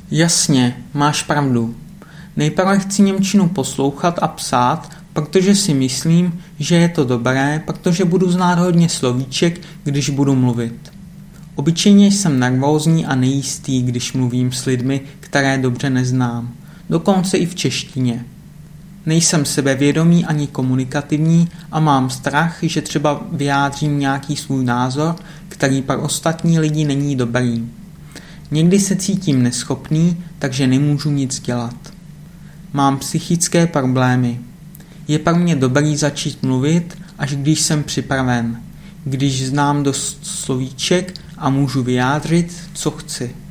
Jasně, máš pravdu. Nejprve chci němčinu poslouchat a psát, protože si myslím, že je to dobré, protože budu znát hodně slovíček, když budu mluvit. Obyčejně jsem nervózní a nejistý, když mluvím s lidmi, které dobře neznám. Dokonce i v češtině. Nejsem sebevědomý ani komunikativní a mám strach, že třeba vyjádřím nějaký svůj názor, který pro ostatní lidi není dobrý. Někdy se cítím neschopný, takže nemůžu nic dělat. Mám psychické problémy. Je pro mě dobrý začít mluvit, až když jsem připraven, když znám dost slovíček a můžu vyjádřit, co chci.